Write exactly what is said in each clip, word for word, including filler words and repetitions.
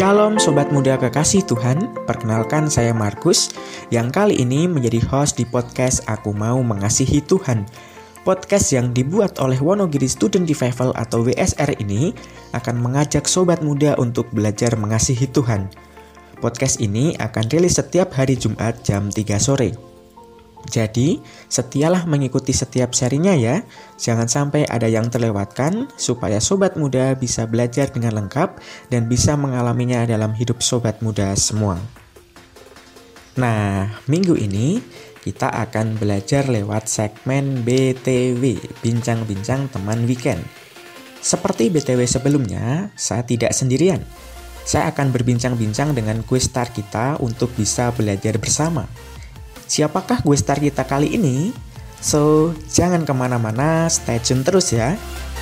Shalom Sobat Muda Kekasih Tuhan, perkenalkan saya Markus yang kali ini menjadi host di podcast Aku Mau Mengasihi Tuhan. Podcast yang dibuat oleh Wonogiri Student Revival atau W S R ini akan mengajak Sobat Muda untuk belajar mengasihi Tuhan. Podcast ini akan rilis setiap hari Jumat jam tiga sore. Jadi, setialah mengikuti setiap serinya ya. Jangan sampai ada yang terlewatkan, supaya Sobat Muda bisa belajar dengan lengkap dan bisa mengalaminya dalam hidup Sobat Muda semua. Nah, minggu ini kita akan belajar lewat segmen B T W, Bincang-Bincang Teman Weekend. Seperti B T W sebelumnya, saya tidak sendirian. Saya akan berbincang-bincang dengan quiz star kita untuk bisa belajar bersama. Siapakah gue star kita kali ini? So, jangan kemana-mana, stay tune terus ya.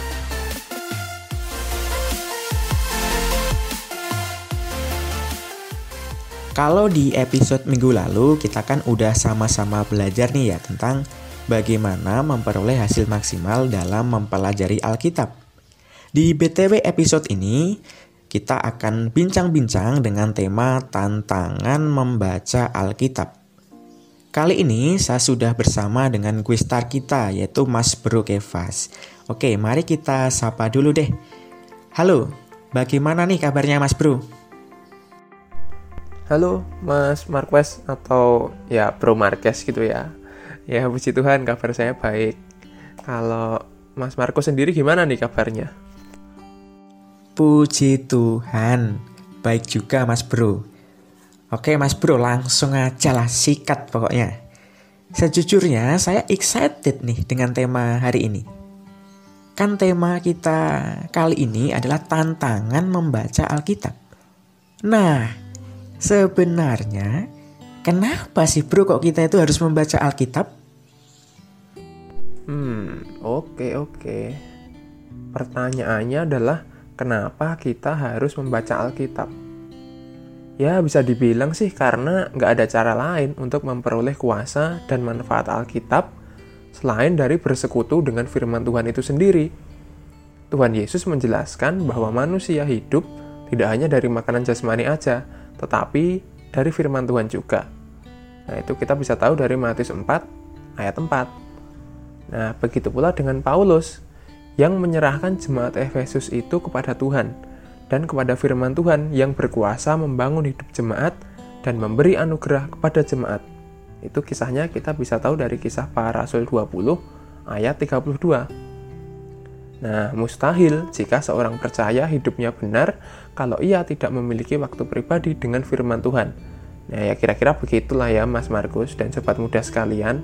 Kalau di episode minggu lalu, kita kan udah sama-sama belajar nih ya tentang bagaimana memperoleh hasil maksimal dalam mempelajari Alkitab. Di B T W episode ini, kita akan bincang-bincang dengan tema tantangan membaca Alkitab. Kali ini saya sudah bersama dengan quiz star kita, yaitu Mas Bro Kefas. Oke, mari kita sapa dulu deh. Halo, bagaimana nih kabarnya Mas Bro? Halo Mas Marquez atau ya Bro Marquez gitu ya. Ya puji Tuhan kabar saya baik. Kalau Mas Marco sendiri gimana nih kabarnya? Puji Tuhan, baik juga Mas Bro. Oke Mas Bro, langsung aja lah, sikat pokoknya. Sejujurnya saya excited nih dengan tema hari ini. Kan tema kita kali ini adalah tantangan membaca Alkitab. Nah, sebenarnya kenapa sih bro kok kita itu harus membaca Alkitab? Hmm, oke oke. Pertanyaannya adalah kenapa kita harus membaca Alkitab? Ya bisa dibilang sih karena nggak ada cara lain untuk memperoleh kuasa dan manfaat Alkitab selain dari bersekutu dengan firman Tuhan itu sendiri. Tuhan Yesus menjelaskan bahwa manusia hidup tidak hanya dari makanan jasmani aja, tetapi dari firman Tuhan juga. Nah itu kita bisa tahu dari Matius empat ayat empat. Nah begitu pula dengan Paulus yang menyerahkan jemaat Efesus itu kepada Tuhan dan kepada firman Tuhan yang berkuasa membangun hidup jemaat dan memberi anugerah kepada jemaat. Itu kisahnya kita bisa tahu dari kisah para rasul dua puluh ayat tiga puluh dua. Nah, mustahil jika seorang percaya hidupnya benar kalau ia tidak memiliki waktu pribadi dengan firman Tuhan. Nah, ya kira-kira begitulah ya Mas Markus dan sobat muda sekalian.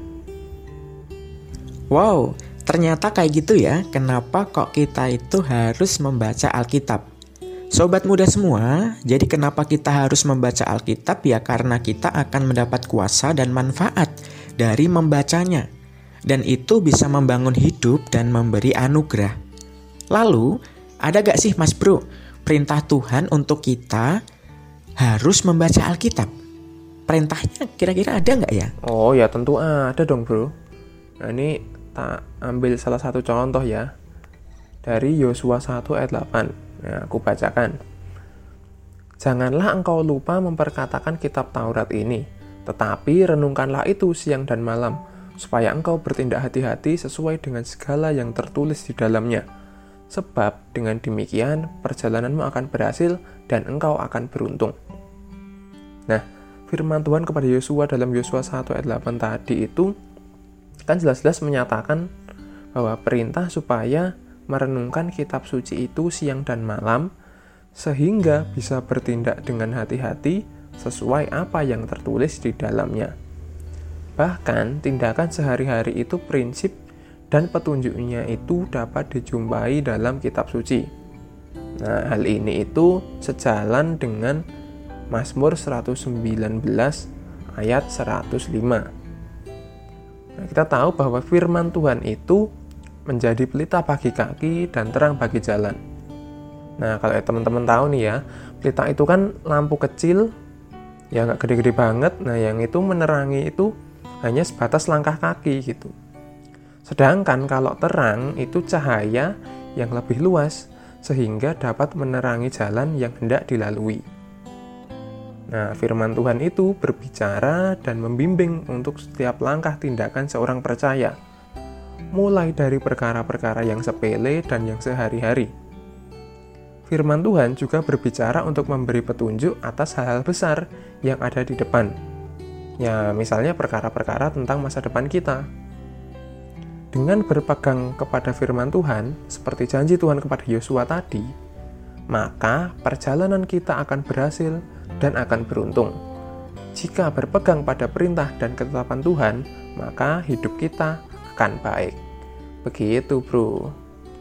Wow, ternyata kayak gitu ya. Kenapa kok kita itu harus membaca Alkitab? Sobat muda semua, jadi kenapa kita harus membaca Alkitab? Ya karena kita akan mendapat kuasa dan manfaat dari membacanya. Dan itu bisa membangun hidup dan memberi anugerah. Lalu, ada gak sih Mas Bro, perintah Tuhan untuk kita harus membaca Alkitab? Perintahnya kira-kira ada gak ya? Oh ya tentu ada dong bro. Nah ini tak ambil salah satu contoh ya. Dari Yosua satu ayat delapan. Nah, aku bacakan. Janganlah engkau lupa memperkatakan kitab Taurat ini, tetapi renungkanlah itu siang dan malam, supaya engkau bertindak hati-hati sesuai dengan segala yang tertulis di dalamnya. Sebab dengan demikian perjalananmu akan berhasil dan engkau akan beruntung. Nah, firman Tuhan kepada Yosua dalam Yosua satu ayat delapan tadi itu kan jelas-jelas menyatakan bahwa perintah supaya merenungkan kitab suci itu siang dan malam, sehingga bisa bertindak dengan hati-hati sesuai apa yang tertulis di dalamnya. Bahkan, tindakan sehari-hari itu prinsip dan petunjuknya itu dapat dijumpai dalam kitab suci. Nah, hal ini itu sejalan dengan Mazmur seratus sembilan belas ayat seratus lima. Nah, kita tahu bahwa firman Tuhan itu menjadi pelita bagi kaki dan terang bagi jalan. Nah, kalau teman-teman tahu nih ya, pelita itu kan lampu kecil, ya nggak gede-gede banget. Nah, yang itu menerangi itu hanya sebatas langkah kaki gitu. Sedangkan kalau terang itu cahaya yang lebih luas, sehingga dapat menerangi jalan yang hendak dilalui. Nah, firman Tuhan itu berbicara dan membimbing untuk setiap langkah tindakan seorang percaya, mulai dari perkara-perkara yang sepele dan yang sehari-hari. Firman Tuhan juga berbicara untuk memberi petunjuk atas hal-hal besar yang ada di depan. Ya, misalnya perkara-perkara tentang masa depan kita. Dengan berpegang kepada firman Tuhan, seperti janji Tuhan kepada Yosua tadi, maka perjalanan kita akan berhasil dan akan beruntung. Jika berpegang pada perintah dan ketetapan Tuhan, maka hidup kita akan baik. Begitu, bro.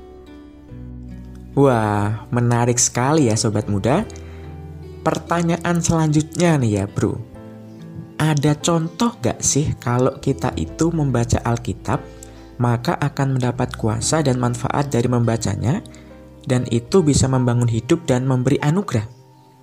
Wah, menarik sekali ya sobat muda. Pertanyaan selanjutnya nih ya bro. Ada contoh gak sih kalau kita itu membaca Alkitab, maka akan mendapat kuasa dan manfaat dari membacanya, dan itu bisa membangun hidup dan memberi anugerah?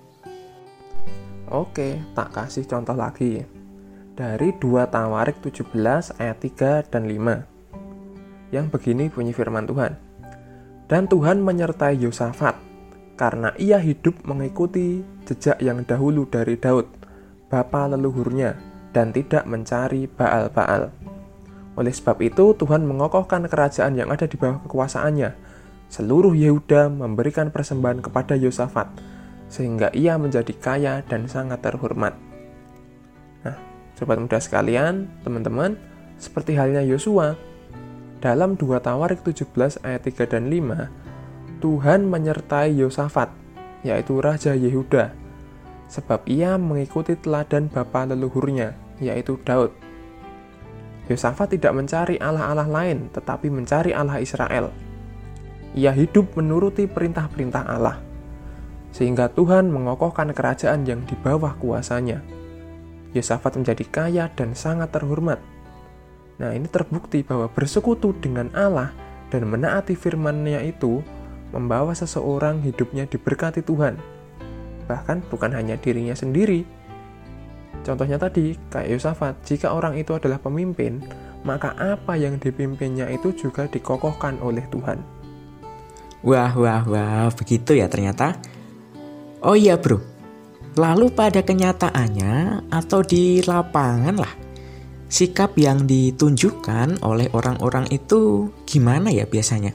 Oke, tak kasih contoh lagi. Dari dua Tawarik tujuh belas ayat tiga dan lima. Yang begini bunyi firman Tuhan. Dan Tuhan menyertai Yosafat, karena ia hidup mengikuti jejak yang dahulu dari Daud, bapa leluhurnya, dan tidak mencari Baal-Baal. Oleh sebab itu, Tuhan mengokohkan kerajaan yang ada di bawah kekuasaannya. Seluruh Yehuda memberikan persembahan kepada Yosafat, sehingga ia menjadi kaya dan sangat terhormat. Nah, sobat muda sekalian, teman-teman, seperti halnya Yosua, dalam dua Tawarik tujuh belas ayat tiga dan lima, Tuhan menyertai Yosafat, yaitu Raja Yehuda, sebab ia mengikuti teladan bapa leluhurnya, yaitu Daud. Yosafat tidak mencari allah-allah lain, tetapi mencari Allah Israel. Ia hidup menuruti perintah-perintah Allah, sehingga Tuhan mengokohkan kerajaan yang di bawah kuasanya. Yosafat menjadi kaya dan sangat terhormat. Nah, ini terbukti bahwa bersekutu dengan Allah dan menaati firman-Nya itu membawa seseorang hidupnya diberkati Tuhan. Bahkan bukan hanya dirinya sendiri. Contohnya tadi, kayak Yosafat, jika orang itu adalah pemimpin, maka apa yang dipimpinnya itu juga dikokohkan oleh Tuhan. Wah, wah, wah, begitu ya ternyata. Oh iya bro, lalu pada kenyataannya atau di lapangan lah, sikap yang ditunjukkan oleh orang-orang itu gimana ya biasanya?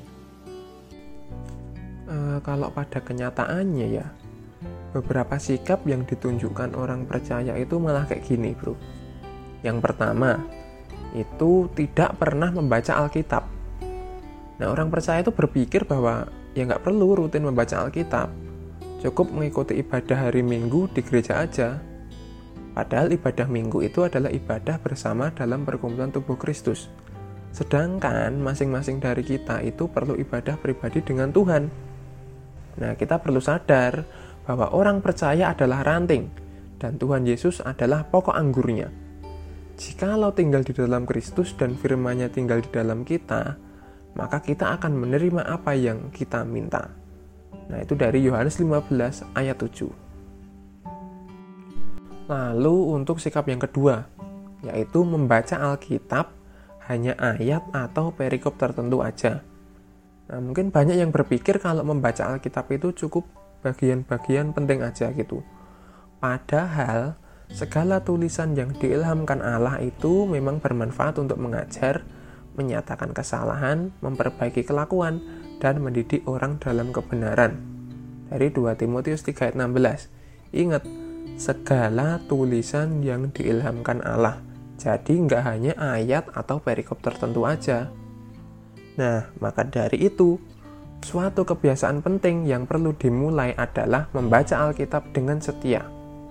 Uh, kalau pada kenyataannya ya, beberapa sikap yang ditunjukkan orang percaya itu malah kayak gini bro. Yang pertama, itu tidak pernah membaca Alkitab. Nah, orang percaya itu berpikir bahwa ya nggak perlu rutin membaca Alkitab. Cukup mengikuti ibadah hari Minggu di gereja aja. Padahal ibadah Minggu itu adalah ibadah bersama dalam perkumpulan tubuh Kristus. Sedangkan masing-masing dari kita itu perlu ibadah pribadi dengan Tuhan. Nah, kita perlu sadar bahwa orang percaya adalah ranting, dan Tuhan Yesus adalah pokok anggurnya. Jikalau tinggal di dalam Kristus dan firman-Nya tinggal di dalam kita, maka kita akan menerima apa yang kita minta. Nah, itu dari Yohanes lima belas ayat tujuh. Lalu untuk sikap yang kedua, yaitu membaca Alkitab hanya ayat atau perikop tertentu aja. Nah, mungkin banyak yang berpikir kalau membaca Alkitab itu cukup bagian-bagian penting aja gitu. Padahal, segala tulisan yang diilhamkan Allah itu memang bermanfaat untuk mengajar, menyatakan kesalahan, memperbaiki kelakuan, dan mendidik orang dalam kebenaran. Dari dua Timotius tiga ayat enam belas. Ingat, segala tulisan yang diilhamkan Allah. Jadi nggak hanya ayat atau perikop tertentu aja. Nah, maka dari itu, suatu kebiasaan penting yang perlu dimulai adalah membaca Alkitab dengan setia.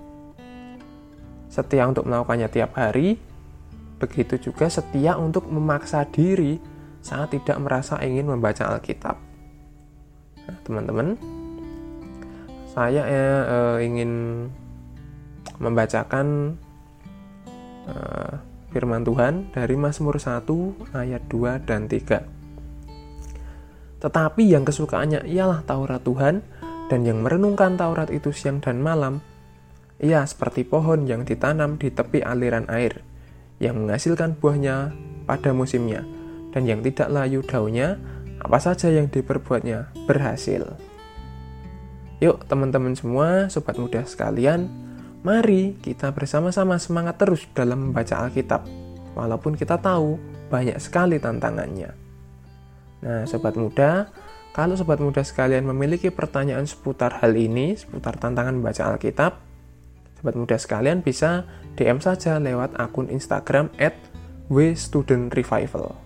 Setia untuk melakukannya tiap hari, begitu juga setia untuk memaksa diri saat tidak merasa ingin membaca Alkitab. Nah, teman-teman, saya eh, ingin membacakan eh, firman Tuhan dari Mazmur satu ayat dua dan tiga. Tetapi yang kesukaannya ialah Taurat Tuhan, dan yang merenungkan Taurat itu siang dan malam, ia seperti pohon yang ditanam di tepi aliran air, yang menghasilkan buahnya pada musimnya, dan yang tidak layu daunnya, apa saja yang diperbuatnya berhasil. Yuk teman-teman semua, sobat muda sekalian, Mari kita bersama-sama semangat terus dalam membaca Alkitab, walaupun kita tahu banyak sekali tantangannya. Nah, sobat muda, kalau sobat muda sekalian memiliki pertanyaan seputar hal ini, seputar tantangan membaca Alkitab, sobat muda sekalian bisa D M saja lewat akun Instagram at w student revival.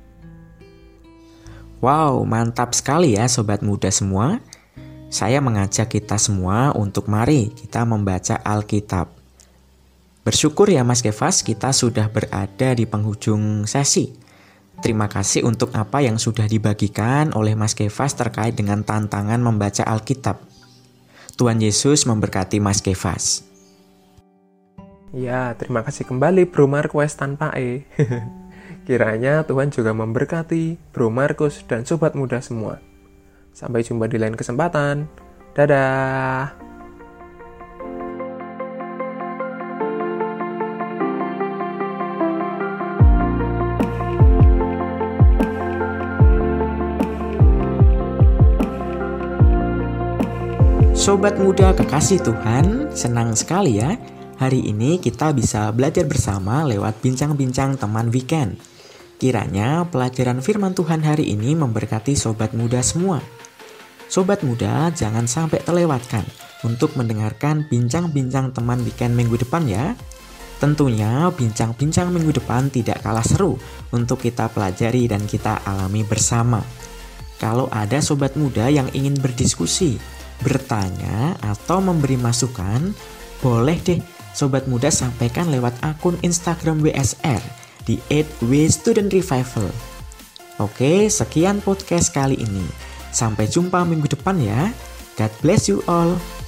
Wow, mantap sekali ya sobat muda semua. Saya mengajak kita semua untuk mari kita membaca Alkitab. Bersyukur ya Mas Kefas, kita sudah berada di penghujung sesi. Terima kasih untuk apa yang sudah dibagikan oleh Mas Kefas terkait dengan tantangan membaca Alkitab. Tuhan Yesus memberkati Mas Kefas. Ya, terima kasih kembali Bro Markus tanpa E. Kiranya Tuhan juga memberkati Bro Markus dan sobat muda semua. Sampai jumpa di lain kesempatan. Dadah! Sobat muda kekasih Tuhan, senang sekali ya. Hari ini kita bisa belajar bersama lewat bincang-bincang teman weekend. Kiranya pelajaran firman Tuhan hari ini memberkati sobat muda semua. Sobat muda jangan sampai terlewatkan untuk mendengarkan bincang-bincang teman weekend minggu depan ya. Tentunya bincang-bincang minggu depan tidak kalah seru untuk kita pelajari dan kita alami bersama. Kalau ada sobat muda yang ingin berdiskusi, bertanya atau memberi masukan, boleh deh sobat muda sampaikan lewat akun Instagram W S R di at w student revival. Oke, sekian podcast kali ini. Sampai jumpa minggu depan ya. God bless you all.